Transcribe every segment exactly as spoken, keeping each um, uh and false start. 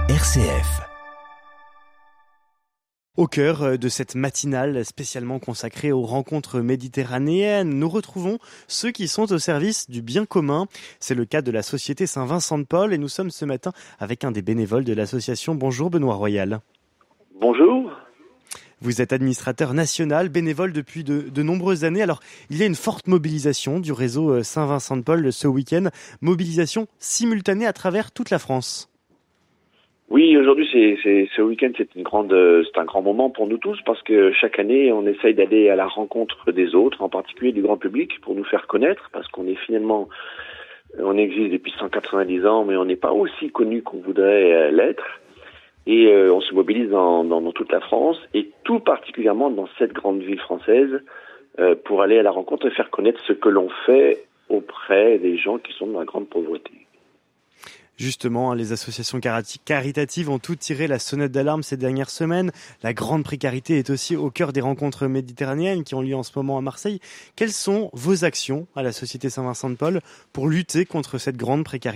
R C F. Au cœur de cette matinale spécialement consacrée aux rencontres méditerranéennes, nous retrouvons ceux qui sont au service du bien commun. C'est le cas de la Société Saint-Vincent-de-Paul et nous sommes ce matin avec un des bénévoles de l'association. Bonjour Benoît Royal. Bonjour. Vous êtes administrateur national, bénévole depuis de, de nombreuses années. Alors, il y a une forte mobilisation du réseau Saint-Vincent-de-Paul ce week-end. Mobilisation simultanée à travers toute la France. Oui, aujourd'hui, c'est, c'est, ce week-end, c'est, une grande, c'est un grand moment pour nous tous parce que chaque année, on essaye d'aller à la rencontre des autres, en particulier du grand public, pour nous faire connaître, parce qu'on est finalement, on existe depuis cent quatre-vingt-dix ans, mais on n'est pas aussi connu qu'on voudrait l'être. Et euh, on se mobilise dans, dans, dans toute la France, et tout particulièrement dans cette grande ville française, euh, pour aller à la rencontre et faire connaître ce que l'on fait auprès des gens qui sont dans la grande pauvreté. Justement, les associations caritatives ont toutes tiré la sonnette d'alarme ces dernières semaines. La grande précarité est aussi au cœur des rencontres méditerranéennes qui ont lieu en ce moment à Marseille. Quelles sont vos actions à la Société Saint-Vincent-de-Paul pour lutter contre cette grande précarité ?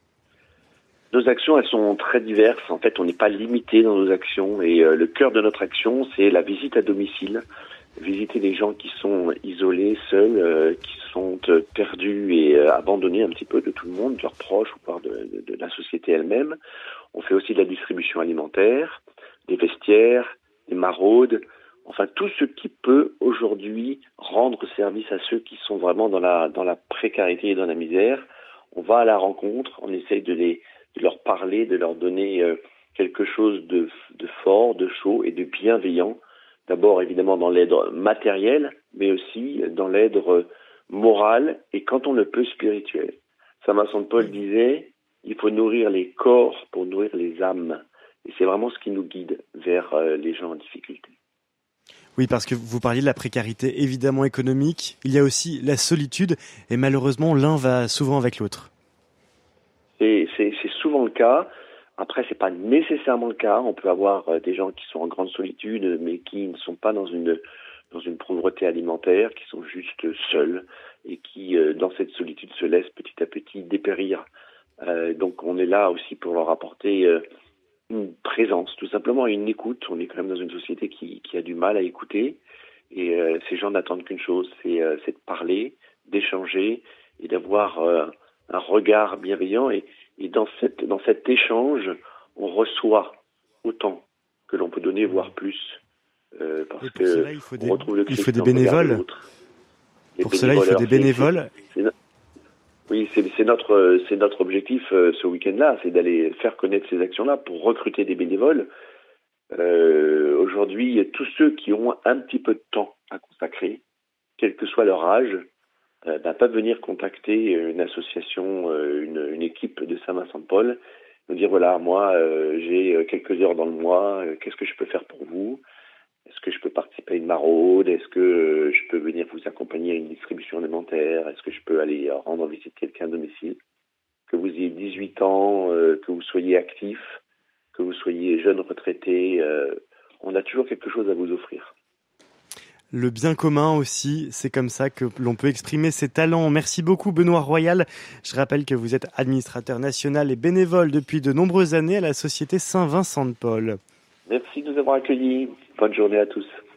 Nos actions, elles sont très diverses. En fait, on n'est pas limité dans nos actions. Et euh, le cœur de notre action, c'est la visite à domicile. Visiter les gens qui sont isolés, seuls, euh, qui sont euh, perdus et euh, abandonnés un petit peu de tout le monde, de leurs proches ou par de, de, de la société elle-même. On fait aussi de la distribution alimentaire, des vestiaires, des maraudes, enfin tout ce qui peut aujourd'hui rendre service à ceux qui sont vraiment dans la dans la précarité et dans la misère. On va à la rencontre, on essaye de les de leur parler, de leur donner euh, quelque chose de, de fort, de chaud et de bienveillant. D'abord, évidemment, dans l'aide matérielle, mais aussi dans l'aide morale et, quand on le peut, spirituelle. Saint-Vincent-de-Paul disait, il faut nourrir les corps pour nourrir les âmes. Et c'est vraiment ce qui nous guide vers euh, les gens en difficulté. Oui, parce que vous parliez de la précarité, évidemment économique. Il y a aussi la solitude et malheureusement, l'un va souvent avec l'autre. Et c'est, c'est souvent le cas. Après, c'est pas nécessairement le cas. On peut avoir euh, des gens qui sont en grande solitude, mais qui ne sont pas dans une dans une pauvreté alimentaire, qui sont juste seuls et qui, euh, dans cette solitude, se laissent petit à petit dépérir. Euh, donc, on est là aussi pour leur apporter euh, une présence, tout simplement une écoute. On est quand même dans une société qui qui a du mal à écouter, et euh, ces gens n'attendent qu'une chose, c'est euh, c'est de parler, d'échanger et d'avoir euh, un regard bienveillant. Et Et dans, cette, dans cet échange, on reçoit autant que l'on peut donner, voire plus. Euh, parce Et pour que cela, il faut des, on retrouve le Christ il faut des dans le regard de bénévoles. l'autre. Pour cela, il faut des bénévoles. C'est, c'est, oui, c'est, c'est, notre, c'est notre objectif euh, ce week-end-là, c'est d'aller faire connaître ces actions-là pour recruter des bénévoles. Euh, aujourd'hui, tous ceux qui ont un petit peu de temps à consacrer, quel que soit leur âge, Euh, ben, peuvent venir contacter une association, euh, une, une équipe de Saint-Vincent-de-Paul, nous dire voilà, moi euh, j'ai quelques heures dans le mois, euh, qu'est-ce que je peux faire pour vous ? Est-ce que je peux participer à une maraude ? Est-ce que euh, je peux venir vous accompagner à une distribution alimentaire ? Est-ce que je peux aller euh, rendre visite quelqu'un à domicile ? Que vous ayez dix-huit ans, euh, que vous soyez actif, que vous soyez jeune retraité, euh, on a toujours quelque chose à vous offrir. Le bien commun aussi, c'est comme ça que l'on peut exprimer ses talents. Merci beaucoup Benoît Royal. Je rappelle que vous êtes administrateur national et bénévole depuis de nombreuses années à la Société Saint-Vincent-de-Paul. Merci de nous avoir accueillis. Bonne journée à tous.